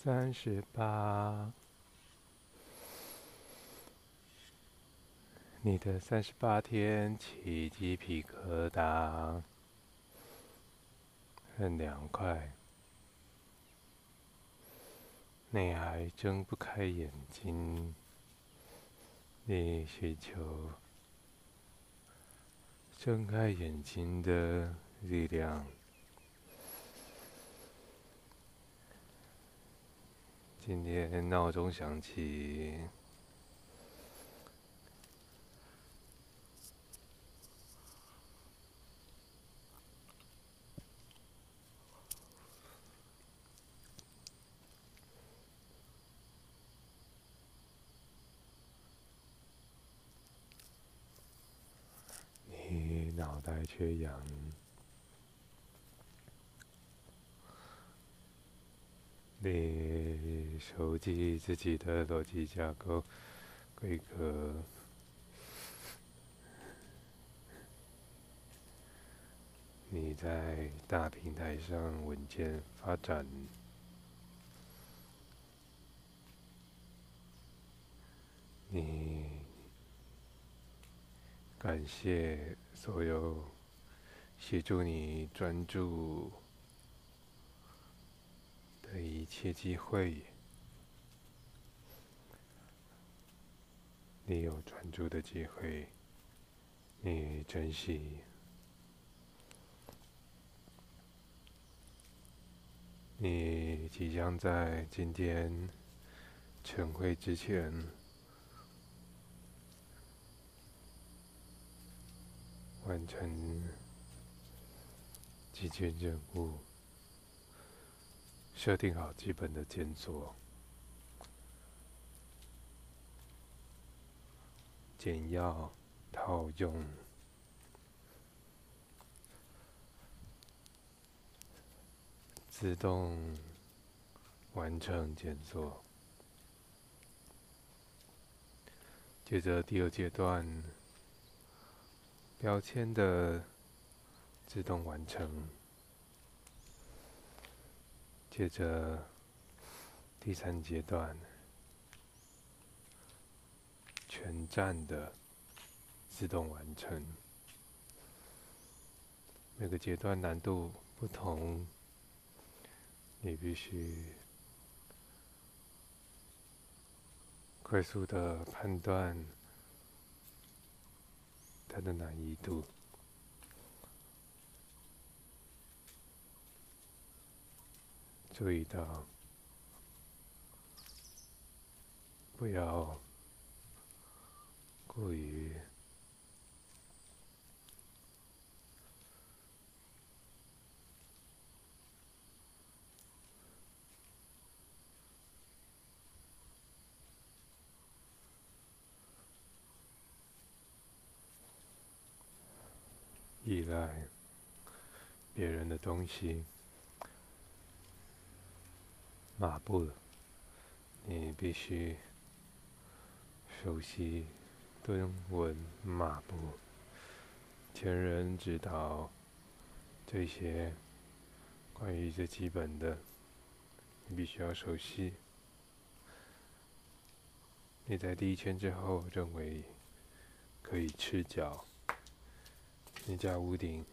38，你的38天起鸡皮疙瘩，很凉快，你还睁不开眼睛，你需求睁开眼睛的力量。今天闹钟响起，你脑袋缺氧，你熟悉自己的逻辑架构规格，你在大平台上稳健发展，你感谢所有协助你专注的一切机会。你有专注的机会，你珍惜。你即将在今天晨会之前完成几件任务，设定好基本的检索、简要、套用、自动完成检索。接着第二阶段，标签的自动完成。接着第三阶段，全站的自动完成。每个阶段难度不同，你必须快速的判断它的难易度。注意到，不要过于依赖别人的东西。马步，你必须熟悉蹲稳马步，前人指导这些关于最基本的，你必须要熟悉。你在第一圈之后认为可以赤脚，你家屋顶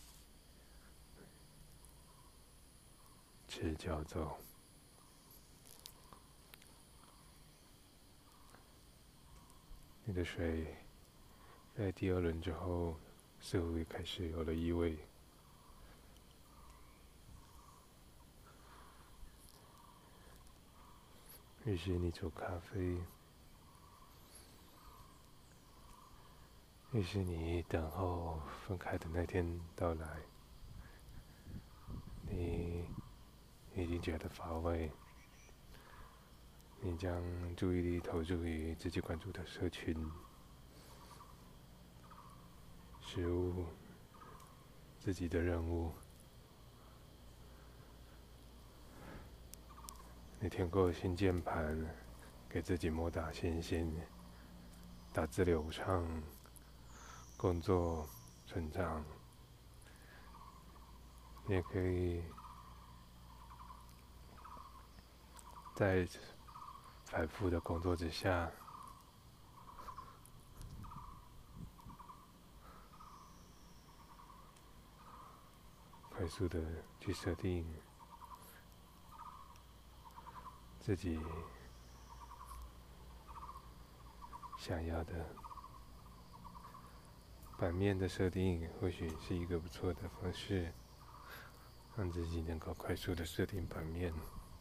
赤脚走。你的水在第二轮之后，似乎也开始有了异味。于是你煮咖啡，于是你等候分开的那天到来。你已经觉得乏味，你将注意力投注于自己关注的社群、食物、自己的任务。你填过新键盘，给自己摩打星星，打字流畅，工作顺畅。你也可以在反复的工作之下，快速的去设定自己想要的版面的设定，或许是一个不错的方式，让自己能够快速的设定版面。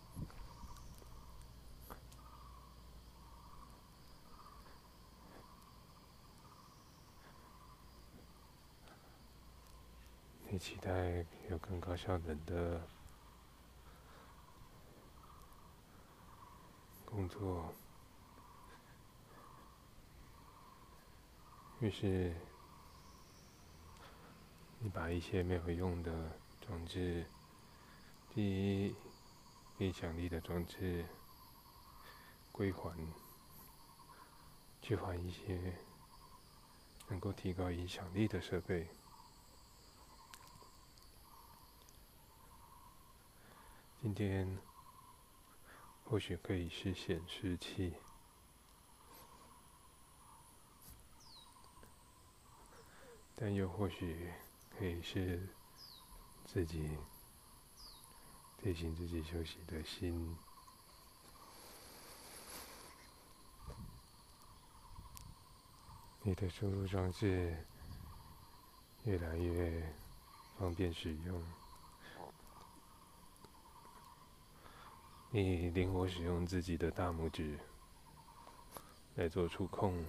你期待有更高效能的工作，于是你把一些没有用的装置，低影响力的装置归还，去换一些能够提高影响力的设备。今天或许可以是显示器，但又或许可以是自己提醒自己休息的心。你的输入装置越来越方便使用，你灵活使用自己的大拇指来做触控，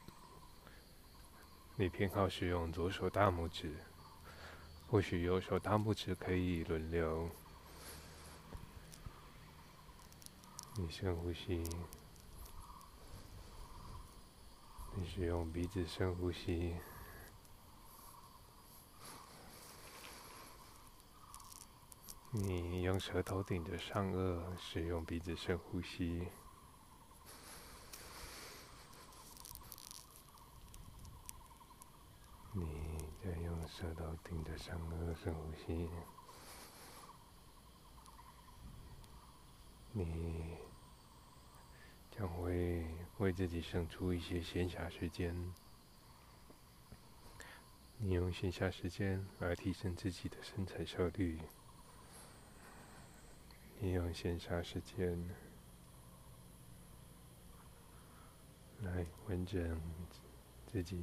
你偏好使用左手大拇指，或许右手大拇指可以轮流。你深呼吸，你使用鼻子深呼吸，你用舌头顶着上颚，使用鼻子深呼吸。你再用舌头顶着上颚深呼吸。你将会为自己生出一些闲暇时间。你用闲暇时间来提升自己的生产效率。你用闲暇时间来完整自己。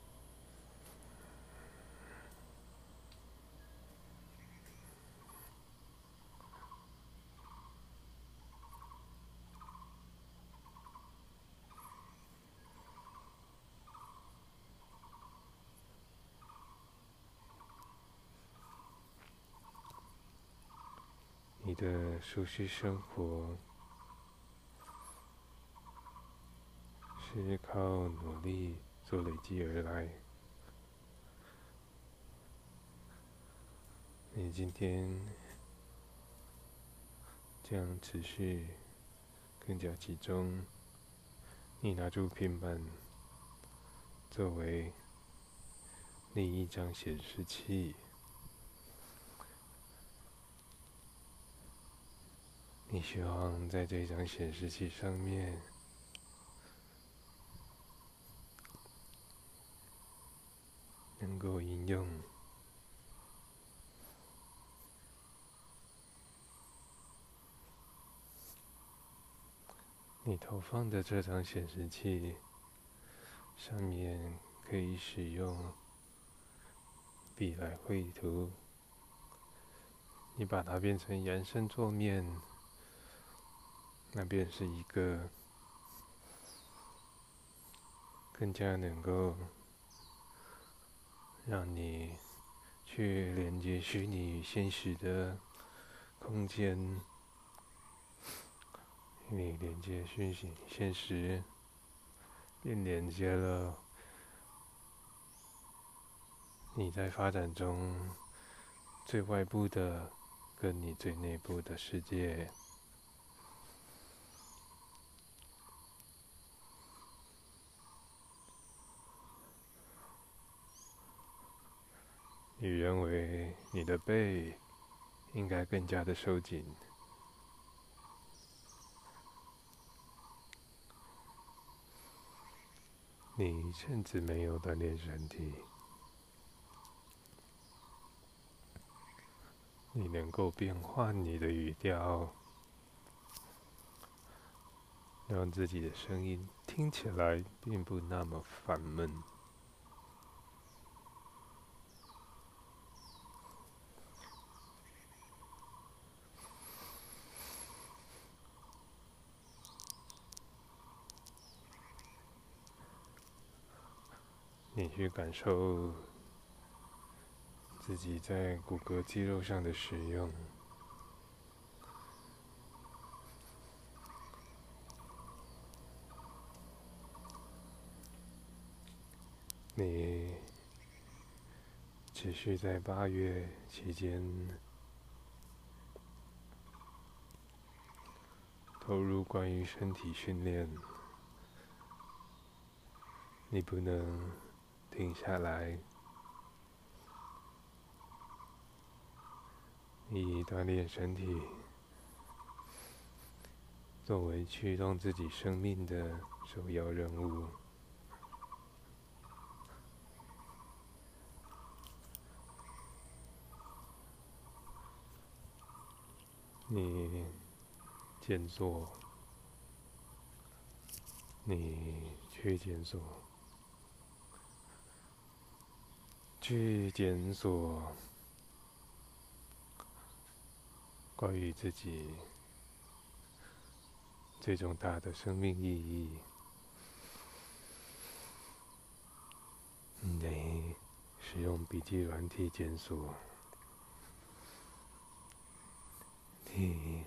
你的舒适生活是靠努力做累积而来。你今天将持续更加集中。你拿出平板作为另一张显示器。你希望在这张显示器上面能够应用你投放的这张显示器上面可以使用笔来绘图，你把它变成延伸桌面，那便是一个更加能够让你去连接虚拟与现实的空间。你连接虚拟现实，便连接了你在发展中最外部的跟你最内部的世界。你认为你的背应该更加的收紧， 你甚至没有锻炼身体，你能够变换你的语调，让自己的声音听起来并不那么烦闷。你去感受自己在骨骼肌肉上的使用，你持续在8月期间投入关于身体训练，你不能停下来，以锻炼身体作为驱动自己生命的首要任务。你检索，你去检索，去检索关于自己最重大的生命意义。你使用笔记软体检索，你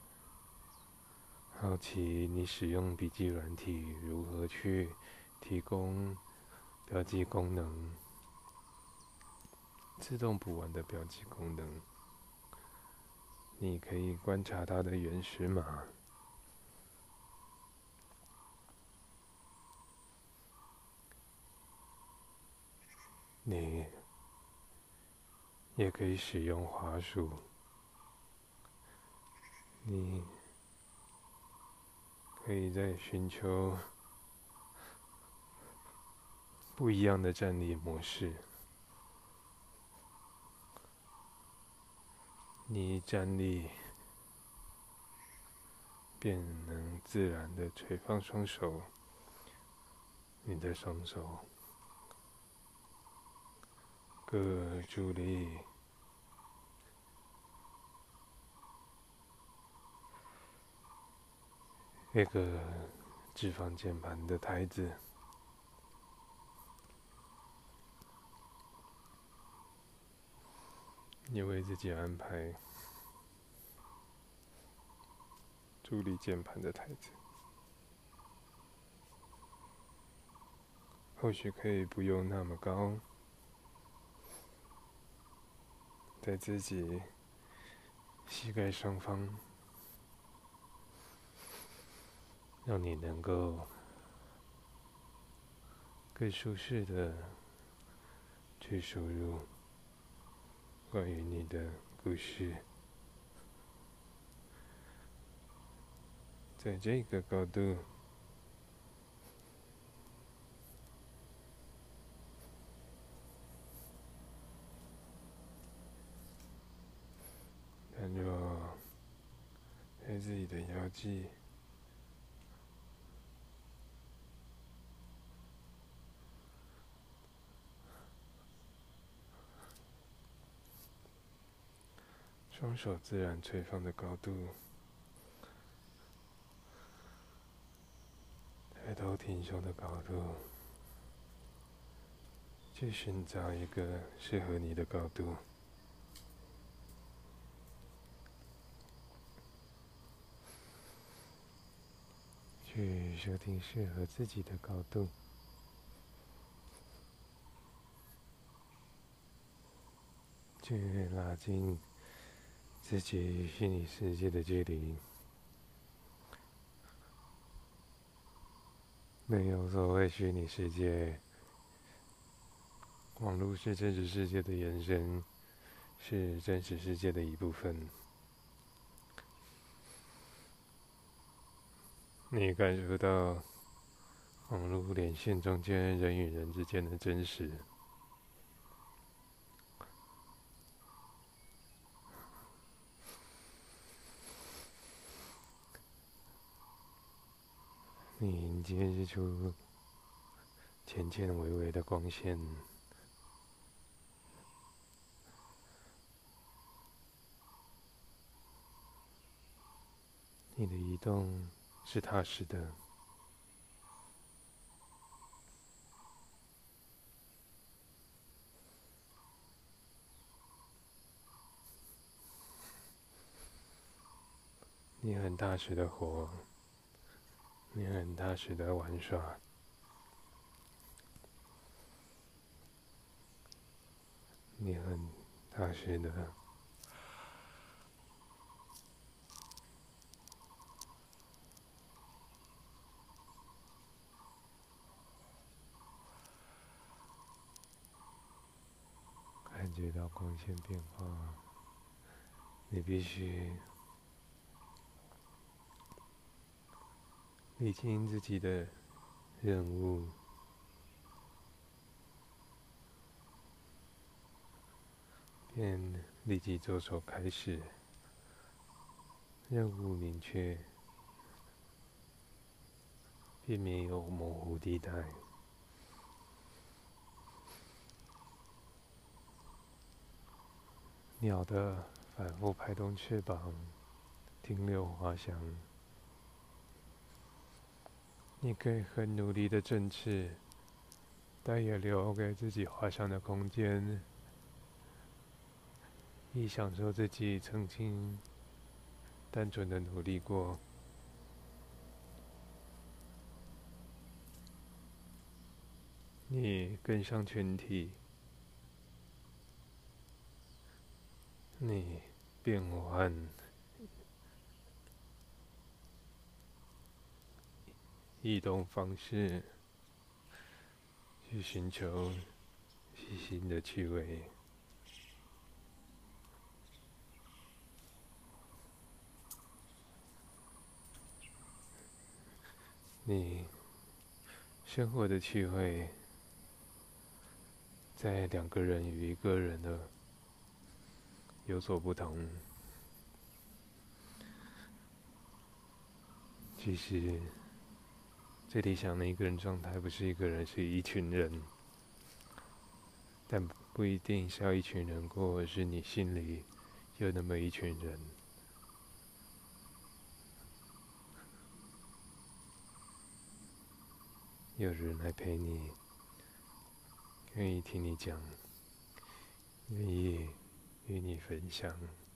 好奇你使用笔记软体如何去提供标记功能，自动补完的标记功能。你可以观察它的原始码，你也可以使用滑鼠，你可以在寻求不一样的站立模式。你一站立，便能自然地垂放双手，你的双手各伫立一个置放键盘的台子，你为自己安排伫立键盘的台子，或许可以不用那么高，在自己膝盖上方，让你能够更舒适的去输入关于你的故事。在这个高度，感觉在自己的腰际，双手自然垂放的高度，抬头挺胸的高度，去寻找一个适合你的高度。去设定适合自己的高度，去拉近自己与虚拟世界的距离。没有所谓虚拟世界，网络是真实世界的延伸，是真实世界的一部分。你感受到网络连线中间人与人之间的真实。你迎接日出浅浅微微的光线，你的移动是踏实的，你很踏实的活，你很踏实的玩耍，你很踏实的感觉到光线变化。你必须理清自己的任务，便立即着手开始。任务明确，并没有模糊地带。鸟的反复拍动翅膀，停留滑翔。你可以很努力的振翅，但也留给自己滑翔的空间，以享受自己曾经单纯的努力过。你跟上群体，你变换移动方式，去寻求细心的趣味。你生活的趣味，在两个人与一个人的有所不同。其实，最理想的一个人状态不是一个人，是一群人。但不一定是要一群人过，而是你心里有那么一群人，有人来陪你，愿意听你讲，愿意与你分享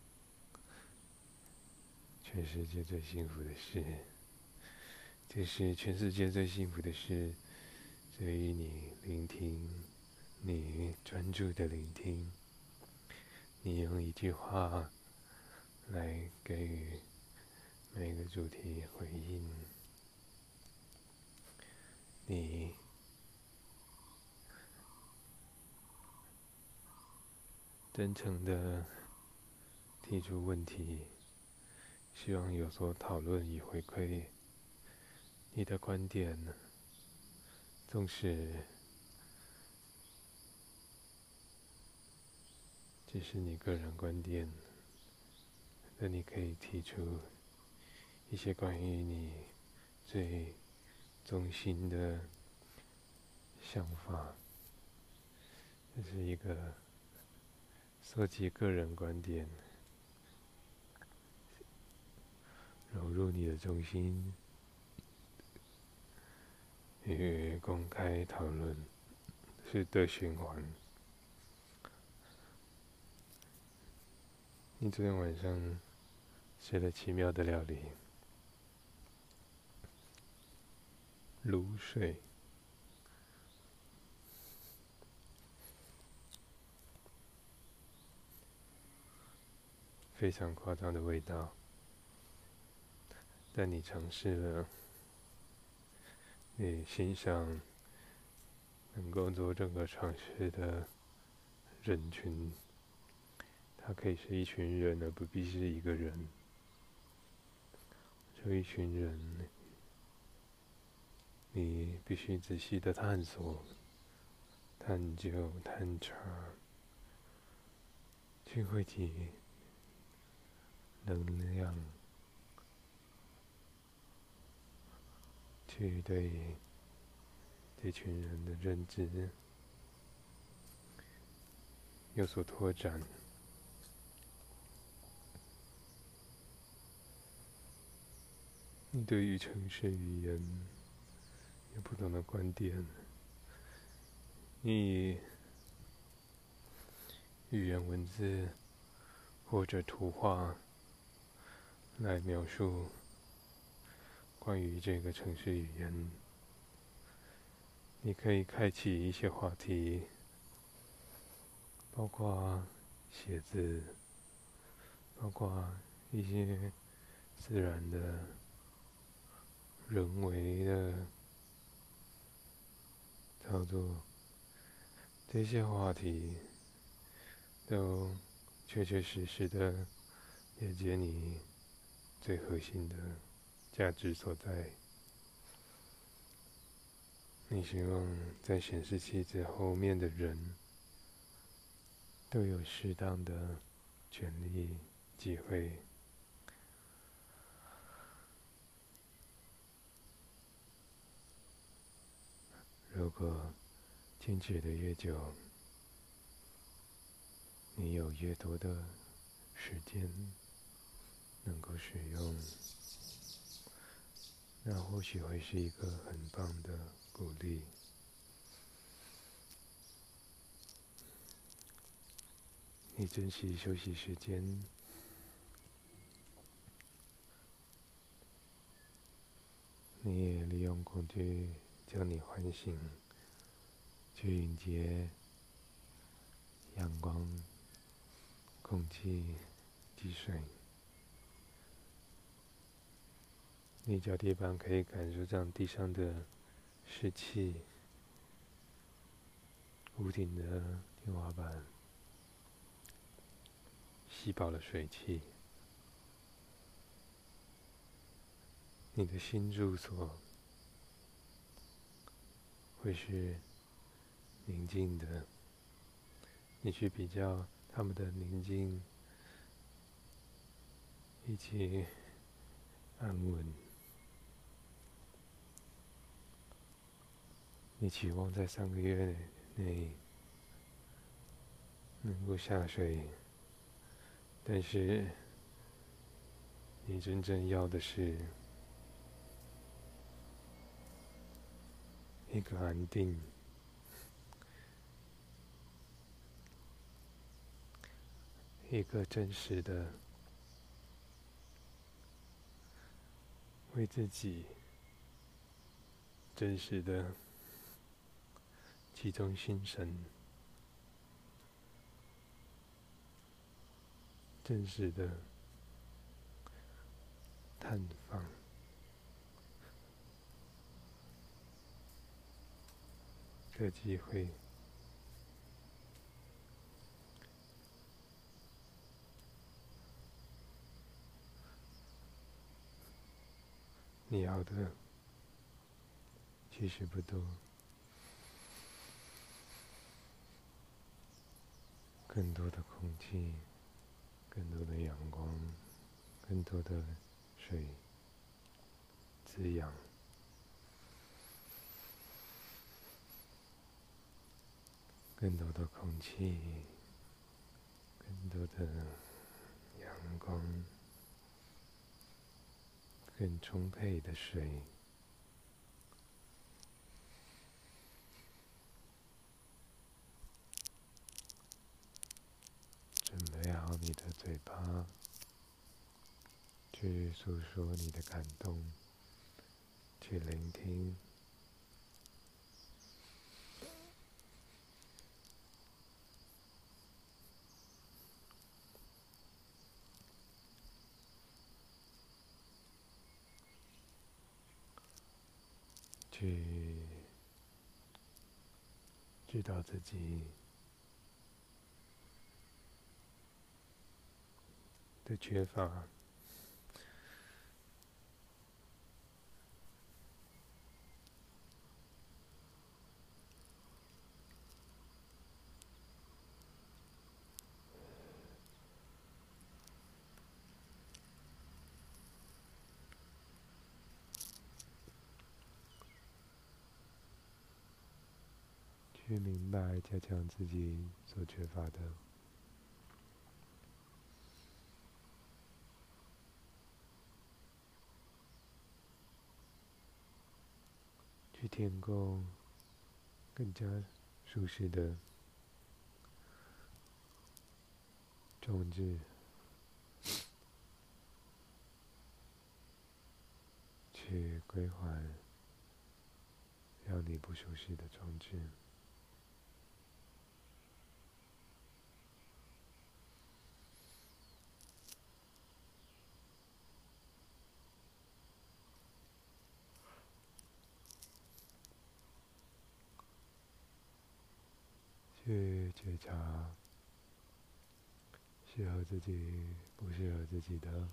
全世界最幸福的事。这是全世界最幸福的事，在于你聆听，你专注的聆听，你用一句话来给予每个主题回应，你真诚的提出问题，希望有所讨论与回馈。你的观点纵使只是你个人观点，但你可以提出一些关于你最中心的想法。这是一个搜集个人观点，融入你的中心，与公开讨论是的循环。你昨天晚上吃了奇妙的料理，卤水，非常夸张的味道，但你尝试了，你欣赏能够做这个尝试的人群，它可以是一群人，而不必是一个人。这一群人你必须仔细的探索、探究、探查，去汇集能量，去对这群人的认知有所拓展。你对于城市语言有不同的观点，你以语言文字或者图画来描述关于这个城市语言。你可以开启一些话题，包括写字，包括一些自然的、人为的操作，这些话题都确确实实的连接你最核心的价值所在。你希望在显示器子后面的人都有适当的权利、机会。如果坚持的越久，你有越多的时间能够使用，那或许会是一个很棒的鼓励。你珍惜休息时间，你也利用工具将你唤醒，去迎接阳光、空气、积水。你脚底板可以感受到地上的湿气，屋顶的天花板吸饱了水汽。你的新住所会是宁静的，你去比较他们的宁静以及安稳。你期望在3个月内能够下水，但是你真正要的是一个安定、一个真实的为自己真实的集中心神，真实的探访的机会。你要的其实不多，更多的空气，更多的阳光，更多的水滋养，更多的空气，更多的阳光，更充沛的水。准备好你的嘴巴，去诉说你的感动，去聆听。去知道自己的缺乏， 去明白加强自己所缺乏的，去添购更加舒适的装置，去归还让你不舒适的装置。去觉察适合自己、不适合自己的，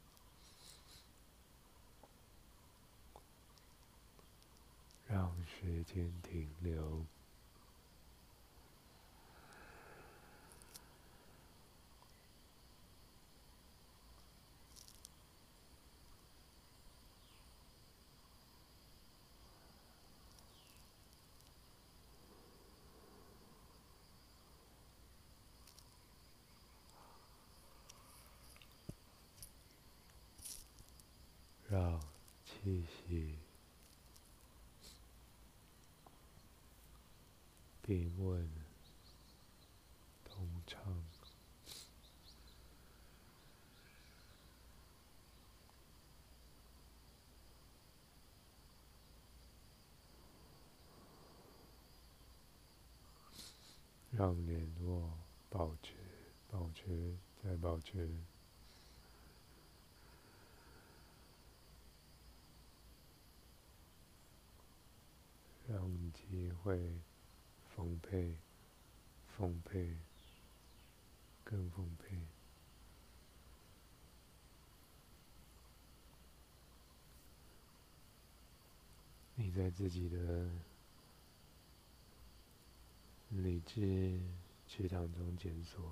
让时间停留，让气息平稳、通畅，让联络保持、保持、再保持，让机会丰沛、丰沛、更丰沛。你在自己的理智池塘中检索，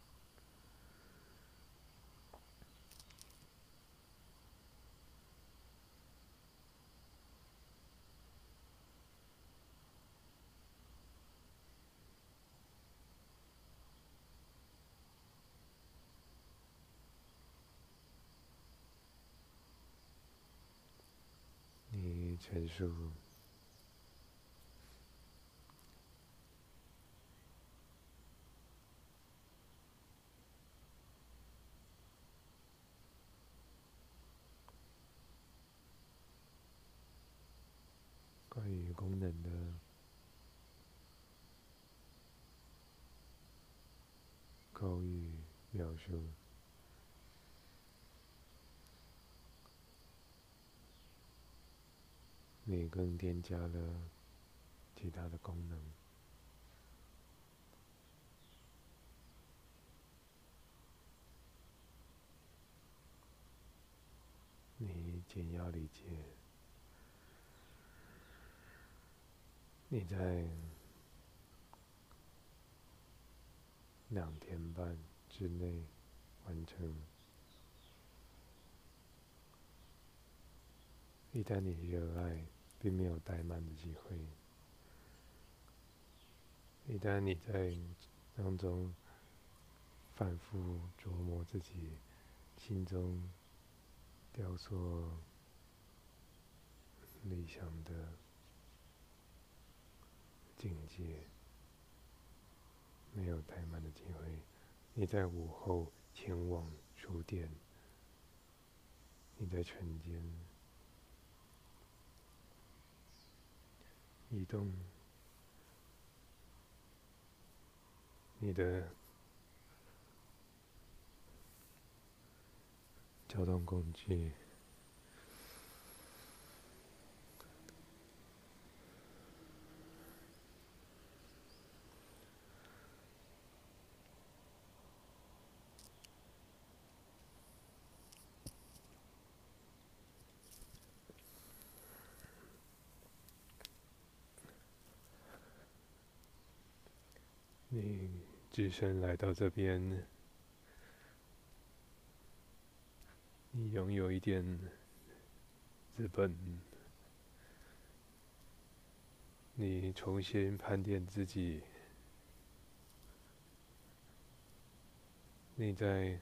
你陈述关于功能的口语描述，你更添加了其他的功能。你简要理解，你在2天半之内完成。一旦你热爱，并没有怠慢的机会。一旦你在当中反复琢磨自己心中雕塑理想的境界，没有怠慢的机会。你在午后前往书店，你在晨间移动你的交通工具，你只身来到这边，你拥有一点资本， 你重新盘点自己，你在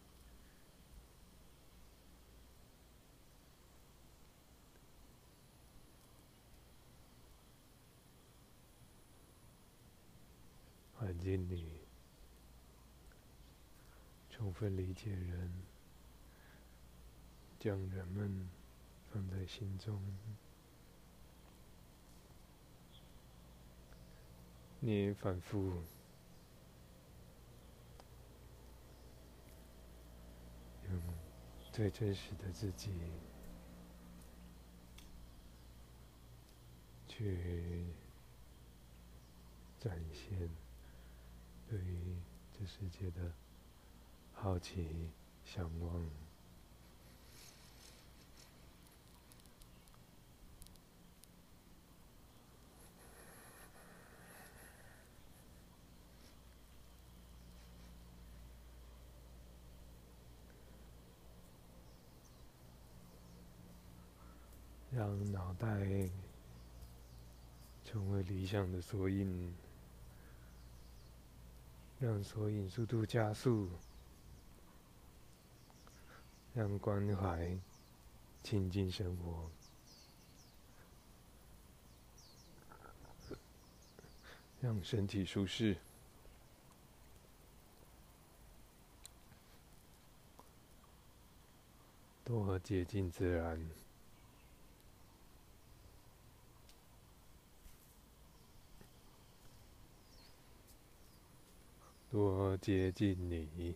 环境里充分理解人，将人们放在心中。你反复用最真实的自己去展现对于这世界的好奇、向往。让脑袋成为理想的索引，让索引速度加速，让关怀亲近生活，让身体舒适，多接近自然。多接近你，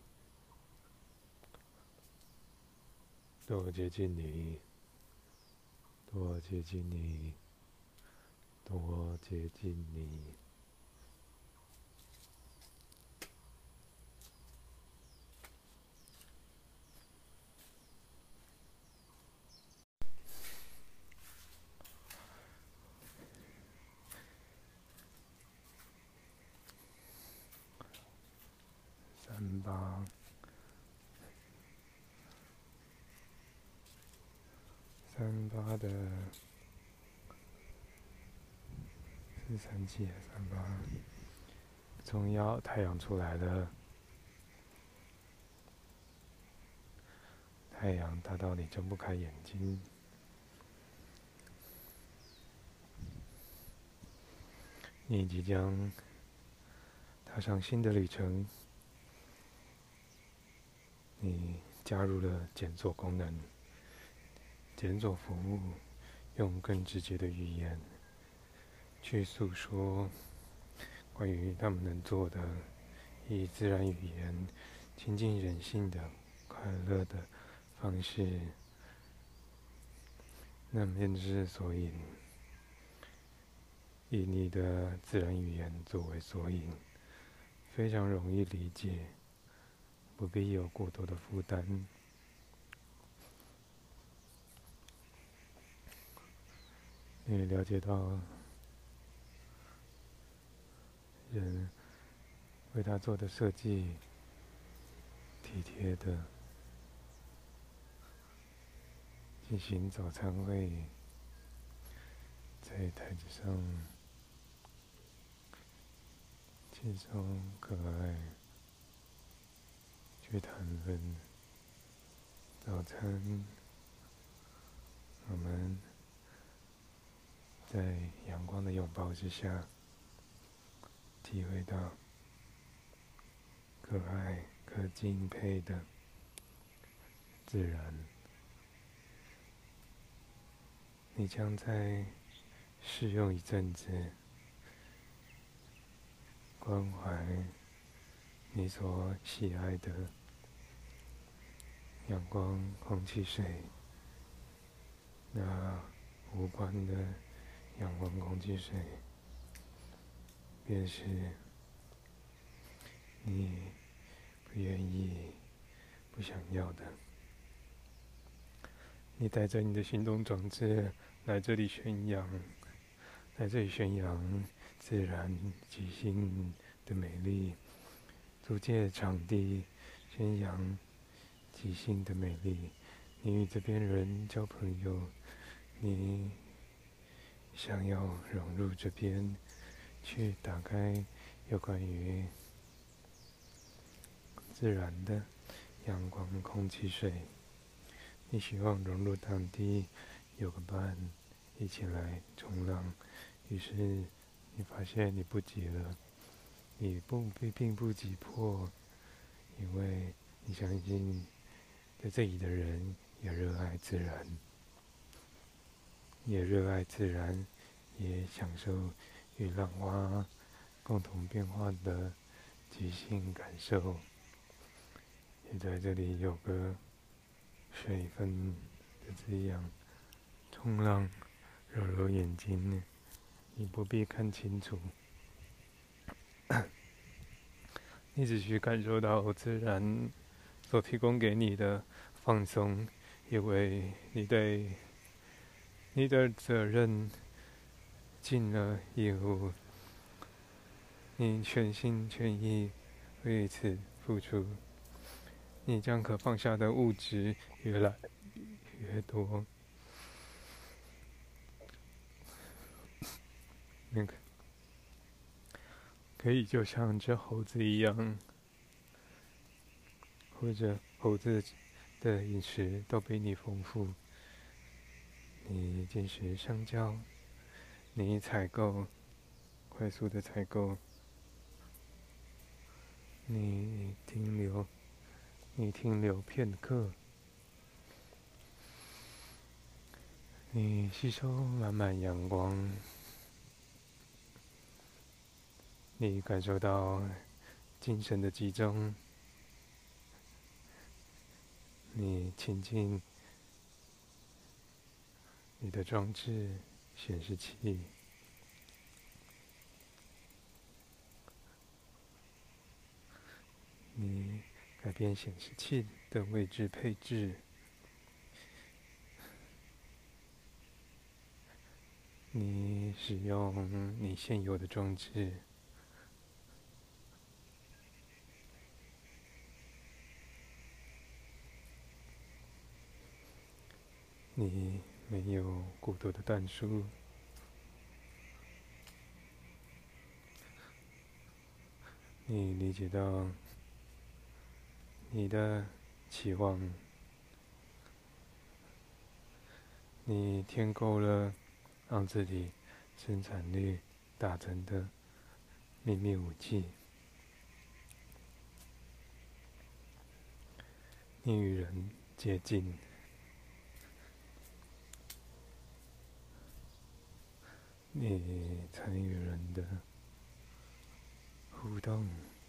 多接近你，多接近你，多接近你。三八的43738，从腰太阳出来了，太阳大到你睁不开眼睛，你即将踏上新的旅程，你加入了检索功能，检索服务用更直接的语言去诉说关于他们能做的，以自然语言亲近人性的快乐的方式。那面之索引，以你的自然语言作为索引，非常容易理解，不必有过多的负担。你了解到人为他做的设计，体贴的进行早餐会，在台子上轻松可爱去谈论早餐，我们在阳光的拥抱之下，体会到可爱、可敬佩的自然。你将在试用一阵子，关怀你所喜爱的阳光、空气、水，那无关的阳光、空气、水，便是你不愿意、不想要的。你带着你的行动装置来这里宣扬，自然即兴的美丽，租借场地宣扬即兴的美丽。你与这边人交朋友，你想要融入这边，去打开有关于自然的阳光、空气、水。你希望融入当地，有个伴，一起来冲浪。于是你发现你不急了，你并不急迫，因为你相信在这里的人也热爱自然，也享受与浪花共同变化的即兴感受。也在这里有个水分的滋养，冲浪，揉揉眼睛，你不必看清楚，你只需感受到自然所提供给你的放松，因为你的责任尽了以后，你全心全意为此付出，你将可放下的物质越来越多。那个可以就像只猴子一样，或者猴子的饮食都比你丰富。你进食香蕉，你采购，快速的采购，你停留片刻，你吸收满满阳光，你感受到精神的集中，你亲近你的装置显示器，你改变显示器的位置配置，你使用你现有的装置，你没有过多的淡书，你理解到你的期望，你添购了让自己生产率大增的秘密武器。你与人接近，你参与人的互动，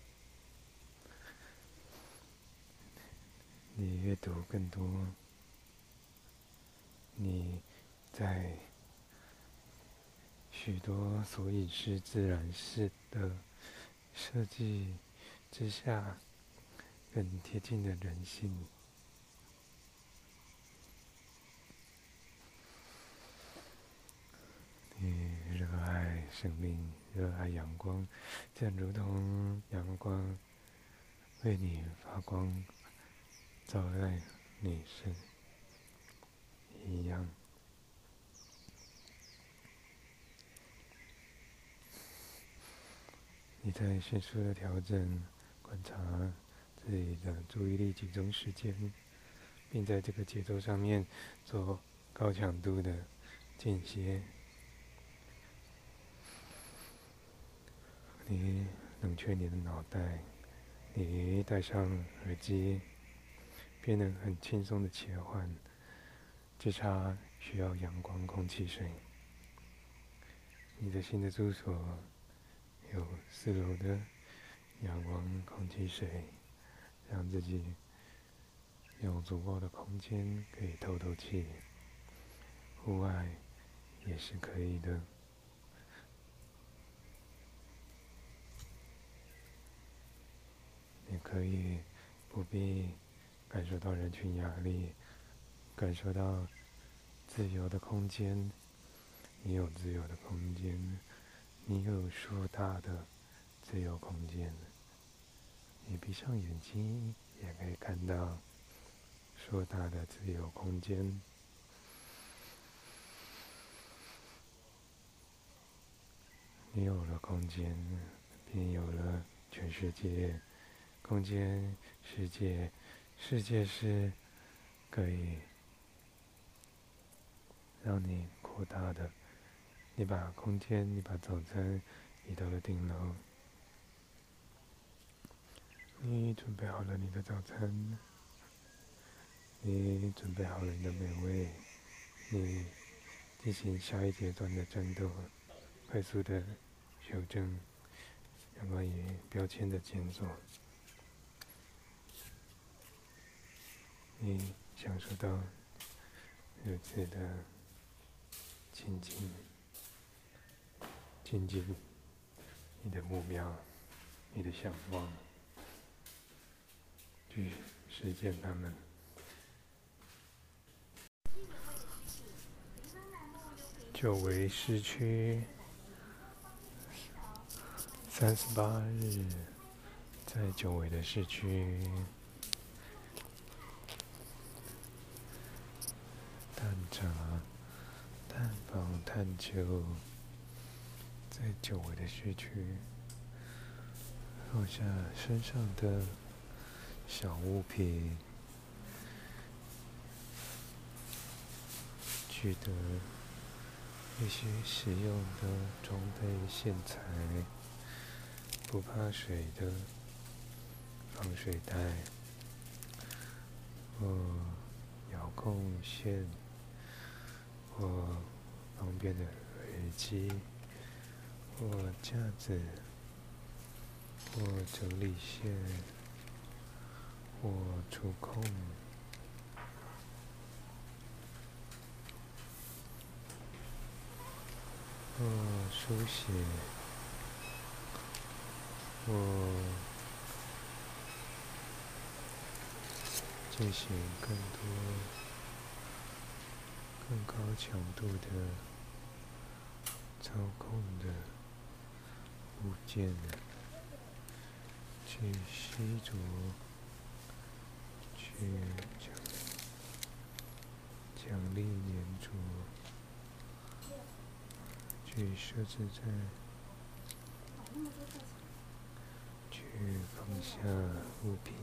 你阅读更多，你在许多所以是自然式的设计之下，更贴近的人性。你热爱生命，热爱阳光，正如同阳光为你发光，照在你身一样。你在迅速的调整、观察自己的注意力集中时间，并在这个节奏上面做高强度的间歇。你冷却你的脑袋，你戴上耳机，便能很轻松的切换。只差需要阳光、空气、水。你的新的住所有4楼的阳光、空气、水，让自己有足够的空间可以透透气。户外也是可以的。你可以不必感受到人群压力，感受到自由的空间。你有自由的空间，你有硕大的自由空间。你闭上眼睛也可以看到硕大的自由空间。 你有了空间，便有了全世界。空间、世界，世界是可以让你扩大的。你把空间，你把早餐移到了顶楼，你准备好了你的早餐，你准备好了你的美味，你进行下一阶段的战斗，快速的修正有关于标签的检索，你享受到如此的亲近，亲近你的目标，你的向往，去实践它们。久违市区38日，在久违的市区探查、探访、探究，在久违的市区放下身上的小物品，取得一些实用的装备线材，不怕水的防水袋，或遥控线，或方便的耳机，或架子，或整理线，或触控，或书写，或进行更多、更高强度的操控的物件，去吸着，去奖励黏着，去设置在，去放下物品，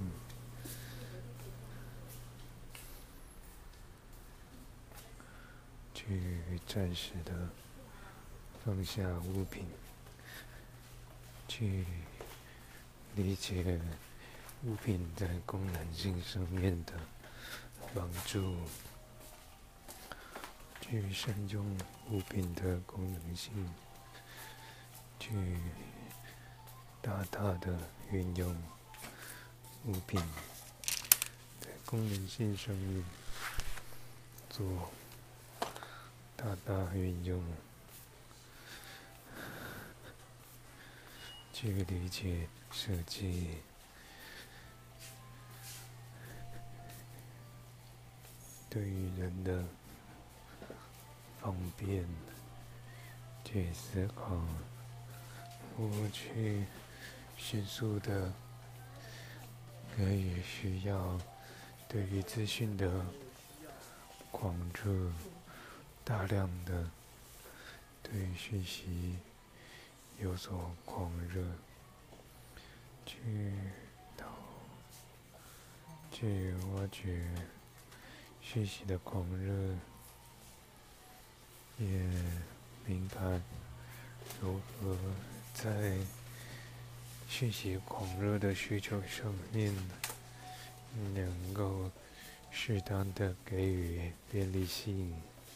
去暂时的放下物品，去理解物品在功能性上面的帮助，去善用物品的功能性，去大大的运用物品在功能性上面做大大运用，去理解设计对于人的方便，去思考我去迅速的给予需要对于资讯的狂热，大量的对于讯息有所狂热，去挖掘讯息的狂热，也明白如何在讯息狂热的需求上面能够适当的给予便利性，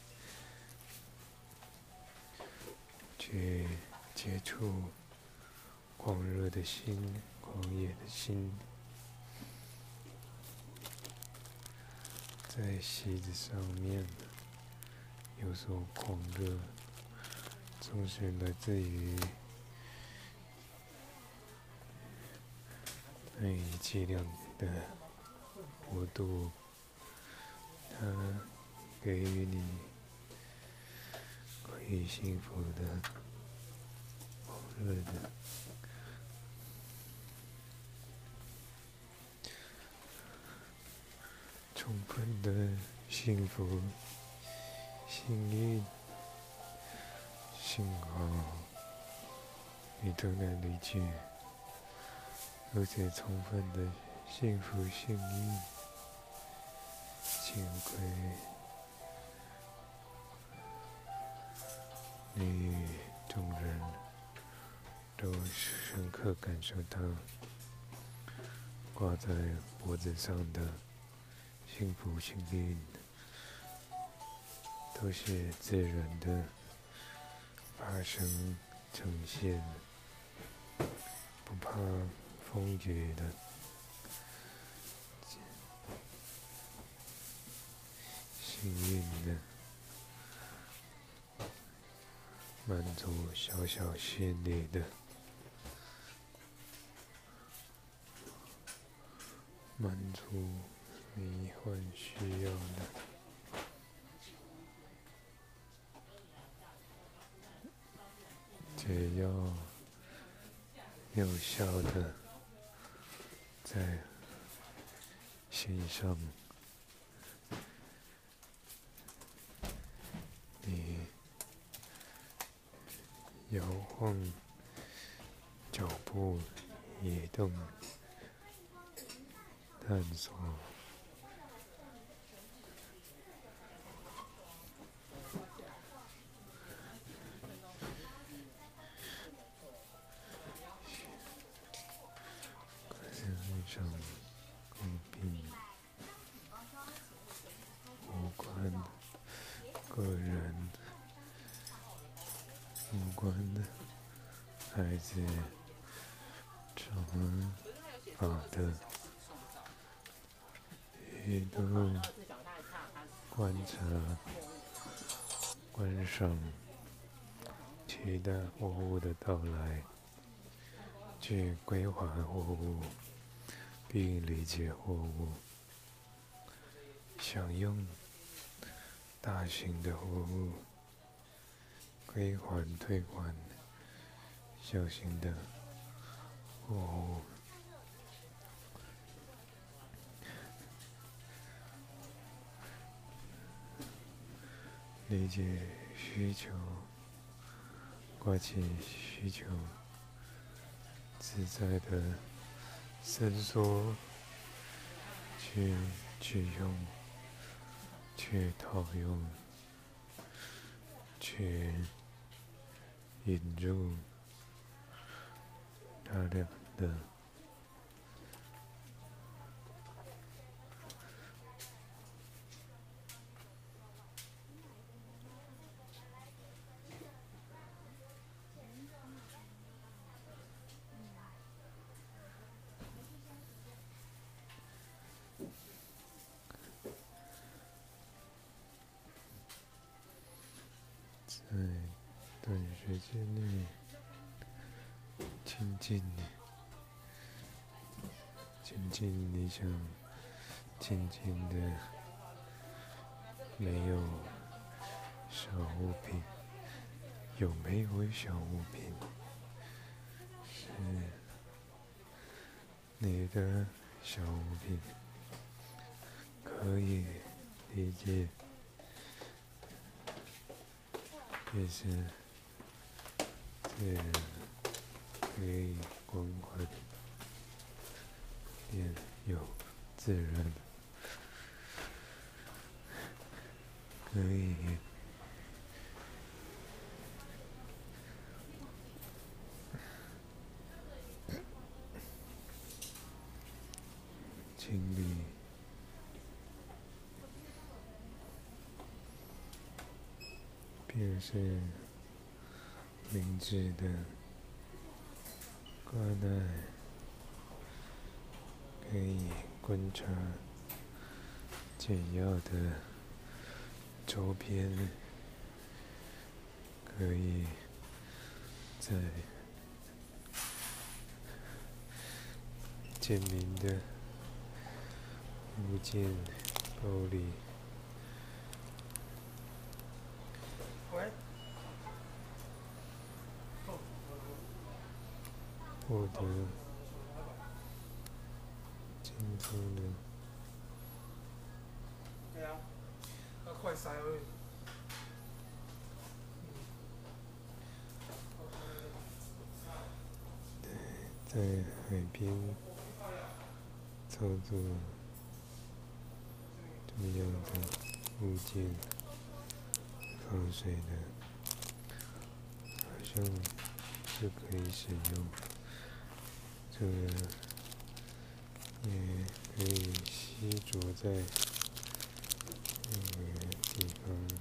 去接触狂热的心、狂野的心，在席子上面有所狂热，总是来自于难以计量的国度，它给予你关于幸福的狂热的充分的幸福、幸运、幸好、 你都能理解，而且充分的幸福幸运，幸亏你与众人都深刻感受到挂在脖子上的幸福幸运，都是自然的发生呈现，不怕风雨的幸运的满足小小心里的满足迷幻需要的，只要有效的在心上，你摇晃脚步移动探索，身上公平无关个人，无关孩子惩罚的移动观察、观赏，期待货物的到来，去归还货物，并理解货物，享用大型的货物，归还退还小型的货物，理解需求，挂起需求，自在的伸缩，去取用，去套用，去引入大量的在短时间内亲近你想亲近的没有小物品，有没有小物品是你的小物品，可以理解，也是自然可以关怀，也有自然可以清理，便是明智的关爱，可以观察简要的周边，可以在简明的物件包里获得轻松的对啊，要快塞而已。 在海边操作这么样的物件放水的，好像是可以使用。这个也可以吸着在那个地方。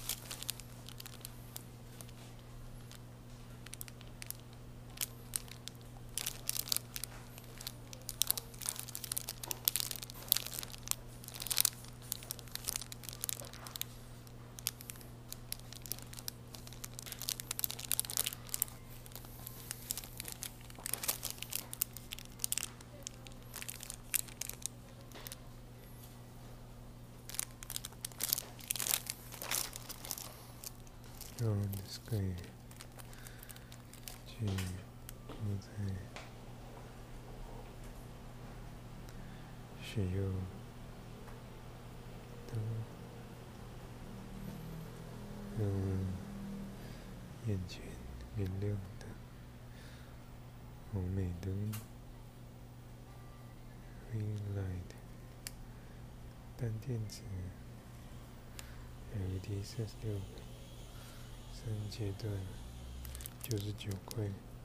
让这个去放在需要的让眼前明亮的红美灯 Ring Light 单电池 LED 363阶段99块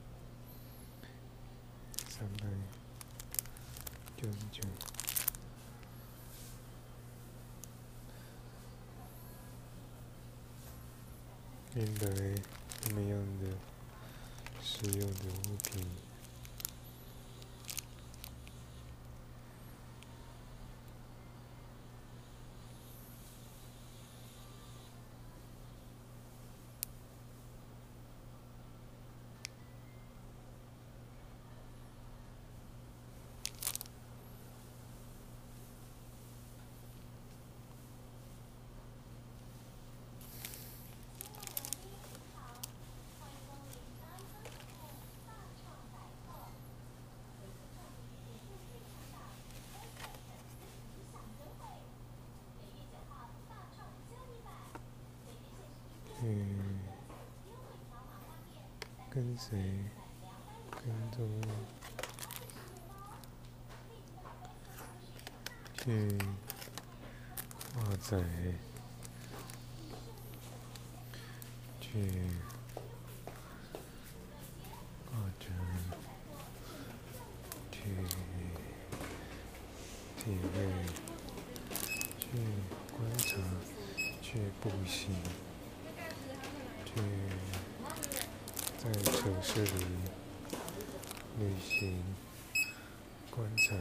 399。明白什么样的实用的物品。跟随，跟踪，去画载，去画着，去体会，去观察，去步行，去在城市里旅行、观察，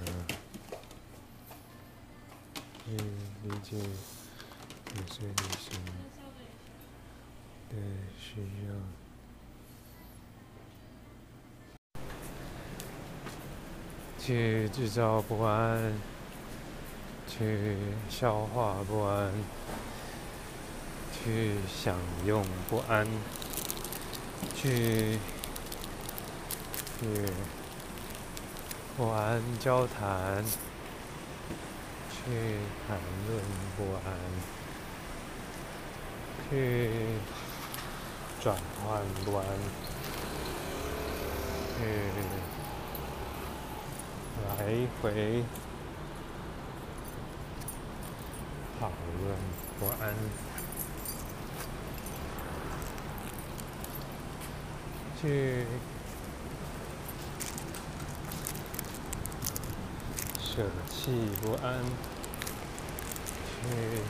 去理解有些旅行的需要，去制造不安，去消化不安，去享用不安，去不安交谈，去谈论不安，去转换不安，去来回讨论不安，去舍弃不安，去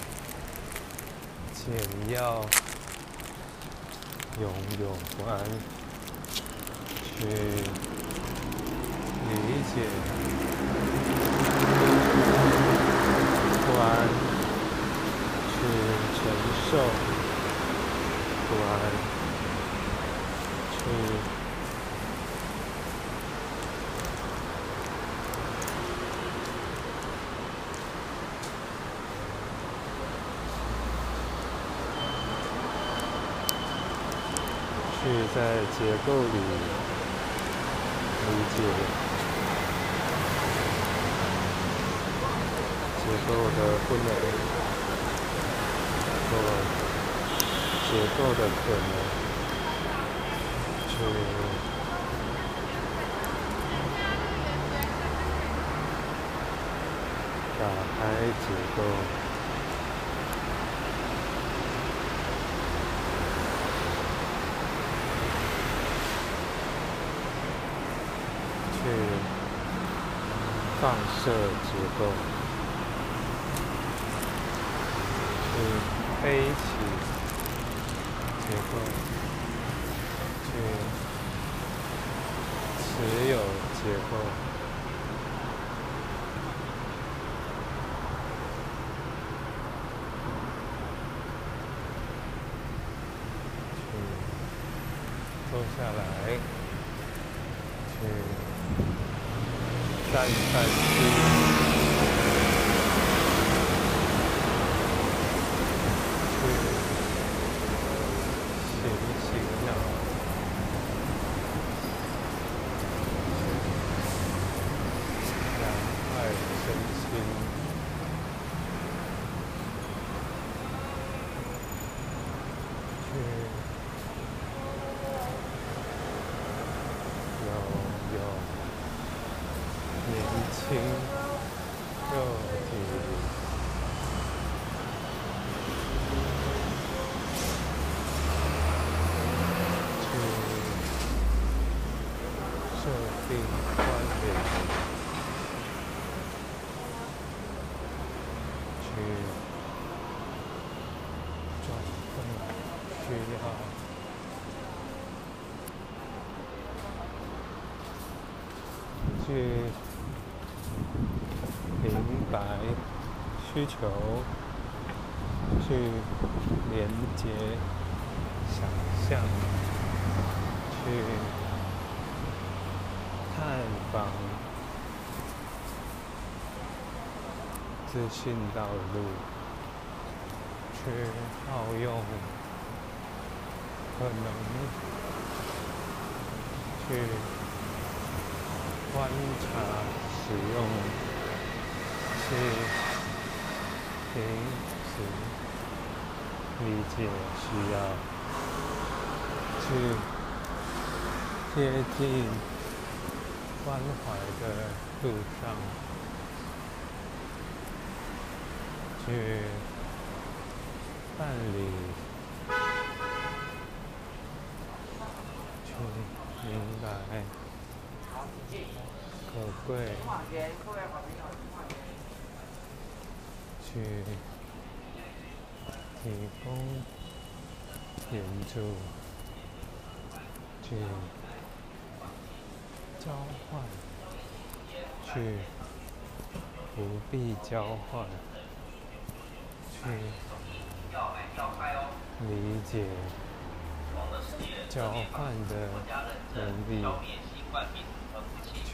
简要拥有不安，去理解不安，去承受不安，去在结构里理解结构的不能或结构的可能，去打开结构，去放射结构，去飞起结构，去持有结构。坐下来，去散散心，去醒醒脑，凉快身心，去。年轻肉体，去设定关联，去转动需要。去明白需求，去连接想象，去探访自信道路，去耗用可能，去观察、使用，去平时理解需要，去接近关怀的路上，去办理，去明白。可贵，去提供援助，去交换，去不必交换，去理解交换的能力。去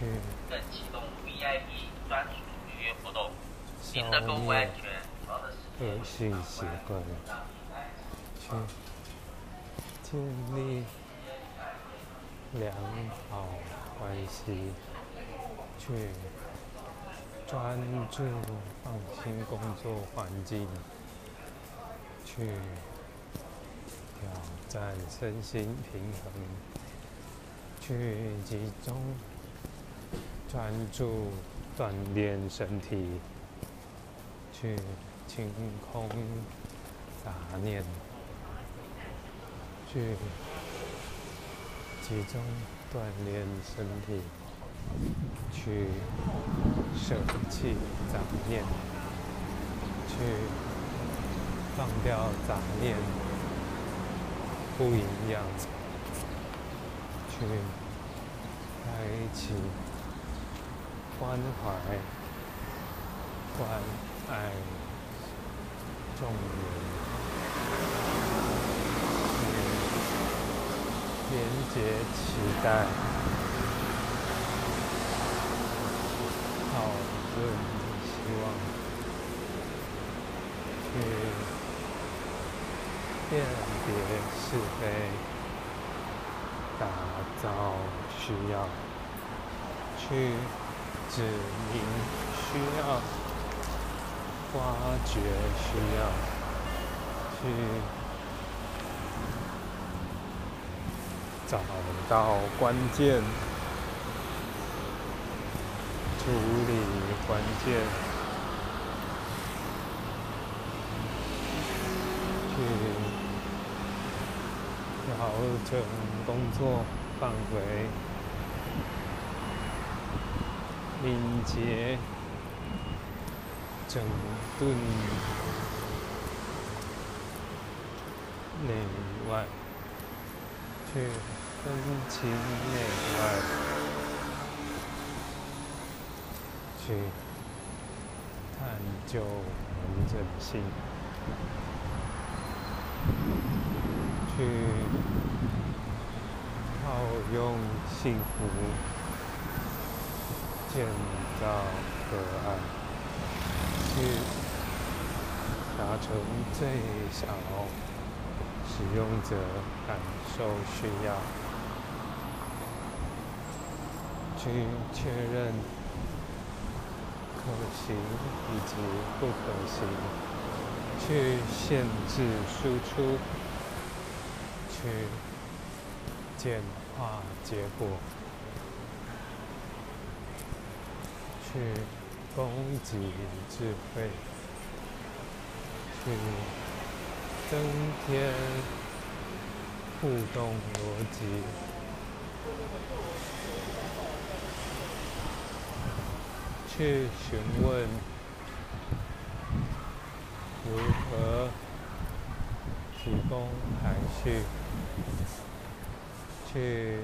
消灭恶性习惯，去建立良好关系，去专注放心工作环境，去挑战身心平衡，去集中专注锻炼身体，去清空杂念，去集中锻炼身体，去舍弃杂念，去放掉杂念，不营养，去开启关怀、关爱众人，连接期待，讨论希望，去辨别是非，打造需要，去指明需要，挖掘需要，去找到关键，处理关键， 调整工作范围，敏捷整顿内外，去分清内外，去探究完整性，去套用幸福，建造和爱，去达成最小使用者感受需要，去确认可行以及不可行，去限制输出，去简化结果，去供给智慧，去增添互动逻辑，去询问如何提供排序，去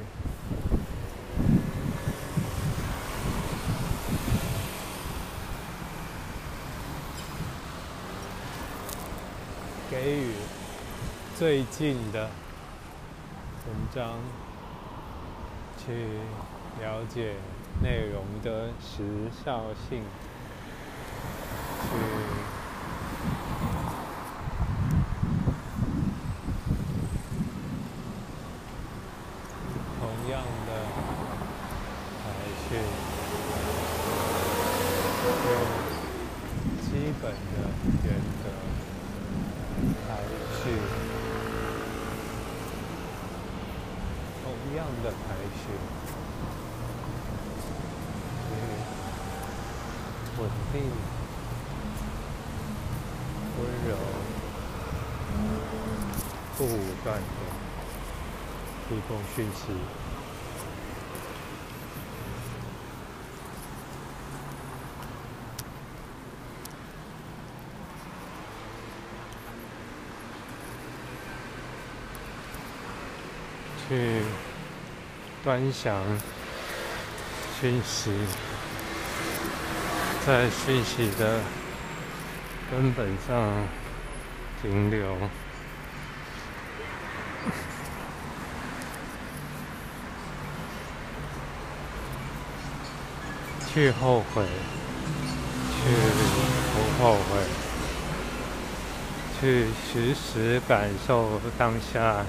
给予最近的文章，去了解内容的时效性，去同样的排序，用基本的原则排序，同样的排序，稳定、温柔、不武断的提供讯息，去端详讯息，在讯息的根本上停留，去后悔，去不后悔，去实时感受当下，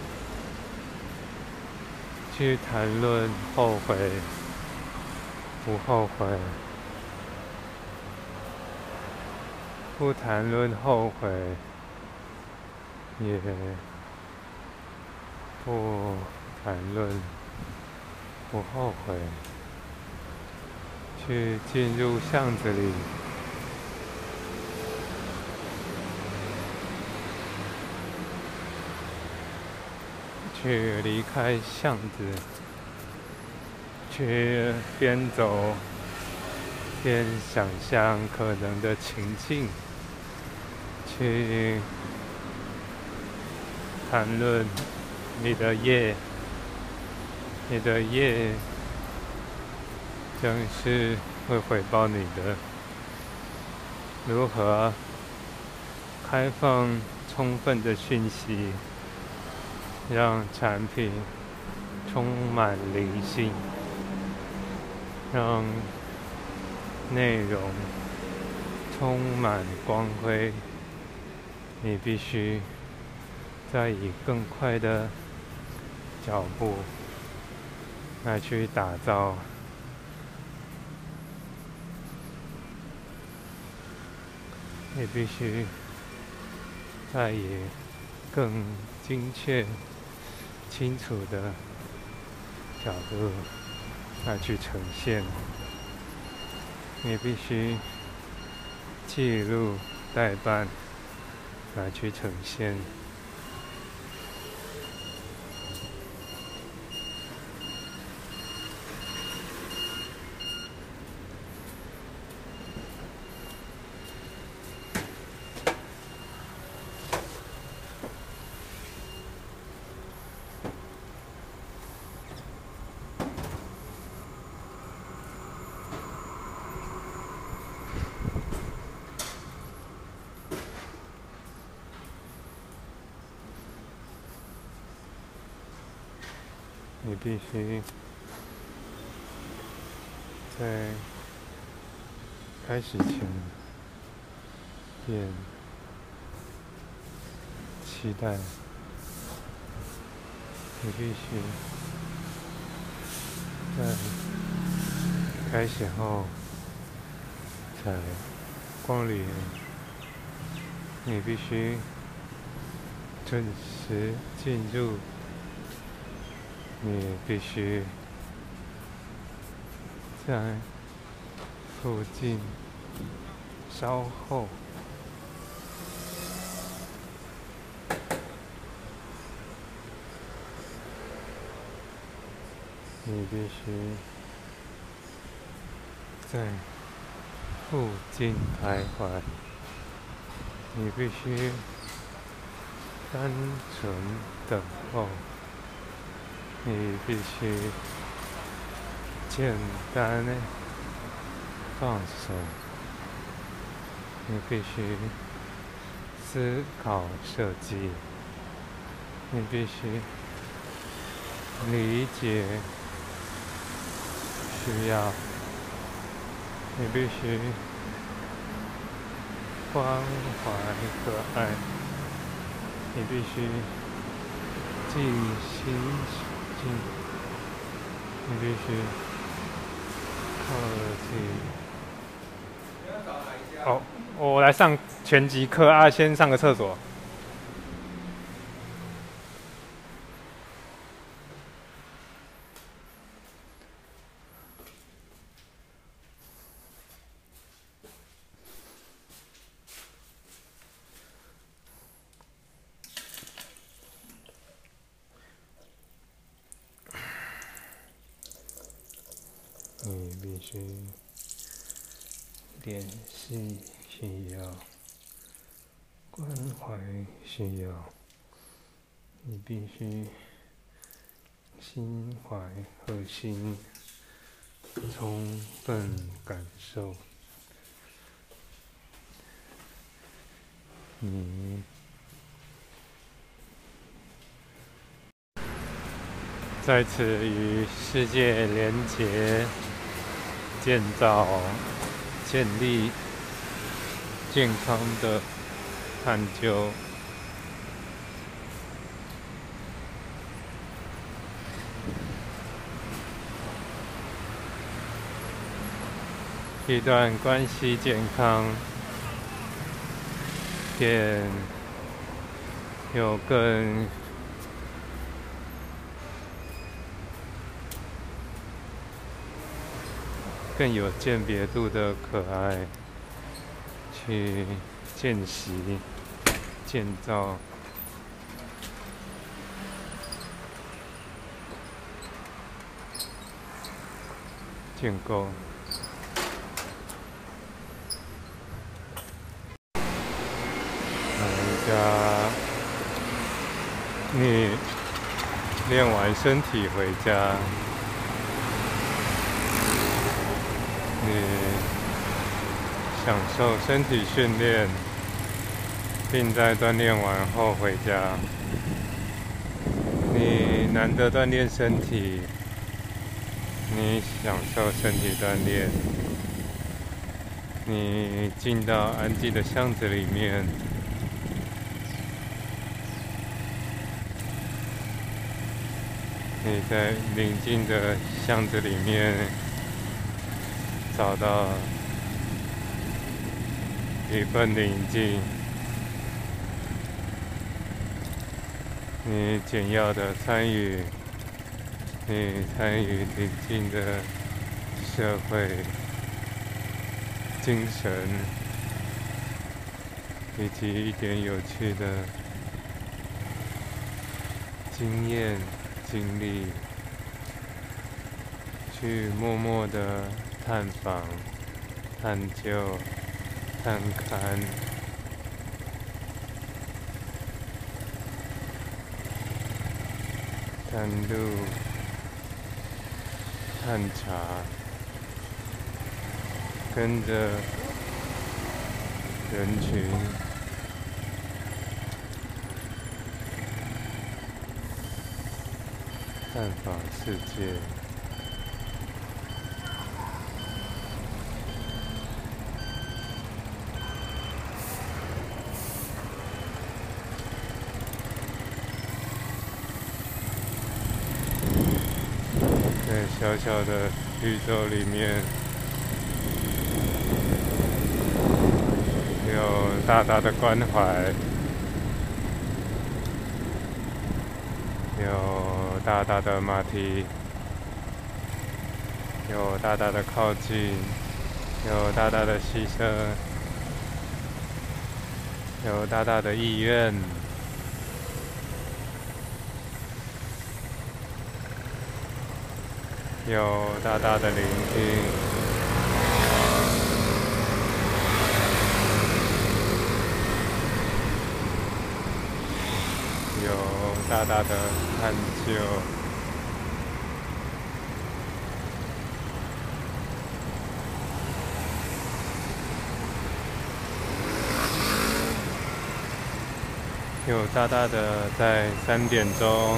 去谈论后悔不后悔，不谈论后悔，也不谈论不后悔，去进入巷子里，去离开巷子，去边走边想象可能的情境，去谈论你的夜正是会回报你的，如何开放充分的讯息，让产品充满灵性，让内容充满光辉，你必须再以更快的脚步来去打造，你必须再以更精确、清楚的角度来去呈现，你必须记录代办来去呈现， 你必须在开始前便期待，你必须在开始后才光临，你必须准时进入，你必须在附近稍后。你必须在附近徘徊，你必须单纯等候，你必须简单的放手，你必须思考设计，你必须理解需要，你必须关怀和爱，你必须尽心尽，你必须客气。哦，我来上拳击课啊，先上个厕所。你必须联系需要，关怀需要，你必须心怀核心，充分感受。你在此与世界连结。建造、建立健康的探究，一段关系健康，便有更有鉴别度的可爱，去见习、建造、建构。你练完身体回家。你享受身体训练，并在锻炼完后回家。你难得锻炼身体，你享受身体锻炼。你进到安静的巷子里面，你在宁静的巷子里面。找到一份宁静，你简要的参与，你参与宁静的社会精神，以及一点有趣的经验经历，去默默的探访、探究、探勘、探路、探查，跟着人群， 探访世界。在小小的宇宙里面，有大大的关怀，有大大的马蹄，有大大的靠近，有大大的牺牲，有大大的意愿。有大大的聆听，有大大的探究，有大大的在3点钟。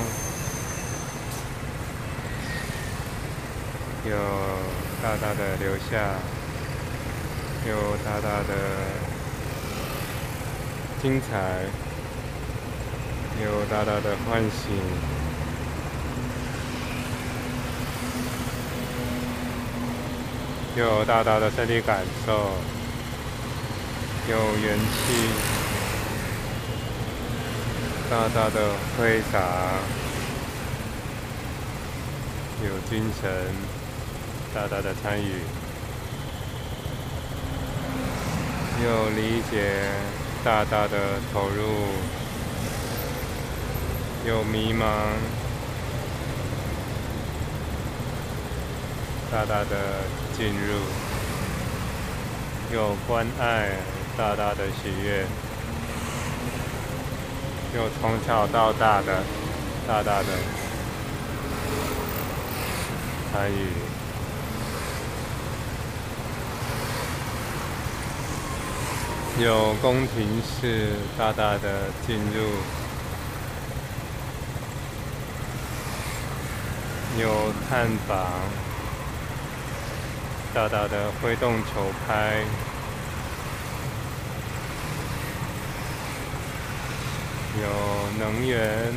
有大大的留下，有大大的精彩，有大大的唤醒，有大大的身体感受，有元气，大大的挥洒，有精神。大大的参与，有理解，大大的投入，有迷茫，大大的进入，有关爱，大大的喜悦，有从小到大的大大的参与。有宫廷式大大的进入，有探访大大的挥动球拍，有能源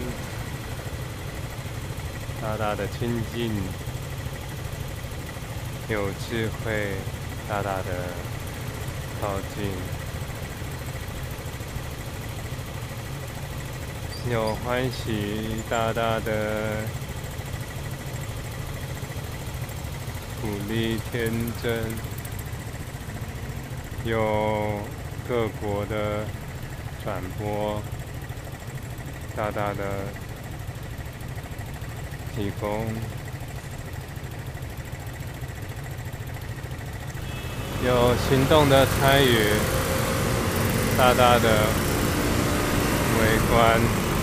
大大的亲近，有智慧大大的靠近。有欢喜大大的鼓励天真，有各国的转播大大的提供，有行动的参与大大的围观。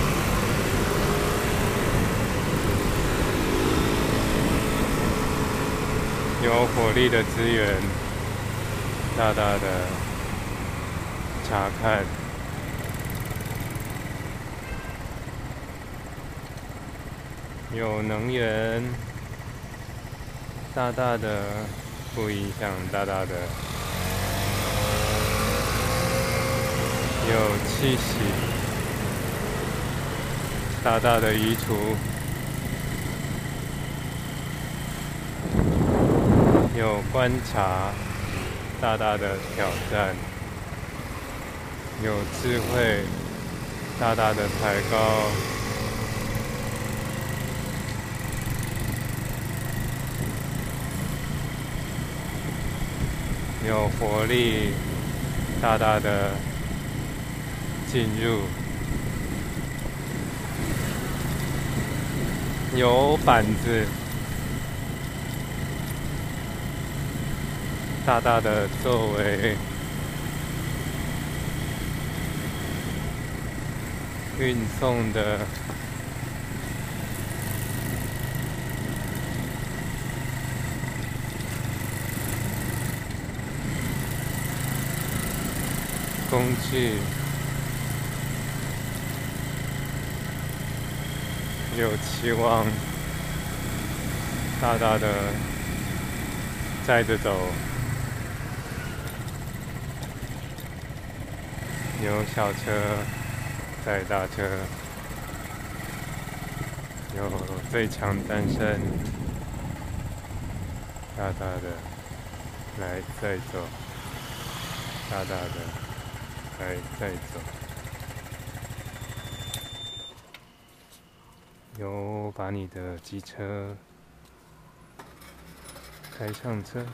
有火力的资源，大大的查看，有能源，大大的不影响，大大的有气息，大大的移除。有观察，大大的挑战；有智慧，大大的抬高；有活力，大大的进入；有板子。大大的作为，运送的工具，有期望， 大大的载着走，有小车载大车，有最强单身，大大的来载走，大大的来载走，有把你的机车开上车，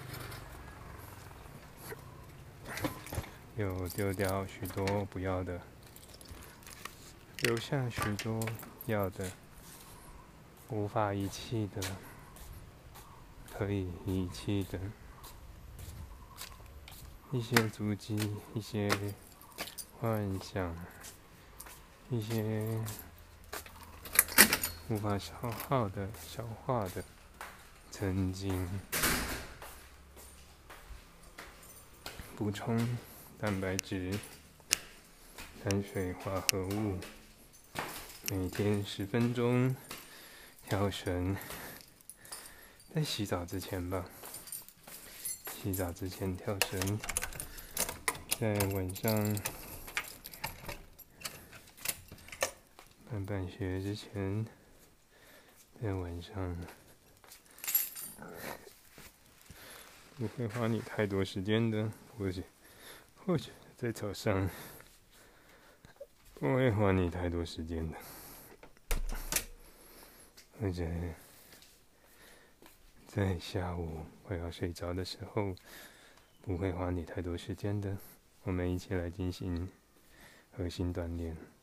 有丢掉许多不要的，留下许多要的，无法遗弃的，可以遗弃的一些足迹，一些幻想，一些无法消化的曾经。补充蛋白质、碳水化合物，每天10分钟跳绳。在洗澡之前吧，洗澡之前跳绳，在晚上办学之前，在晚上不会花你太多时间的，或许在早上不会花你太多时间的，或者在下午快要睡着的时候，不会花你太多时间的。我们一起来进行核心锻炼。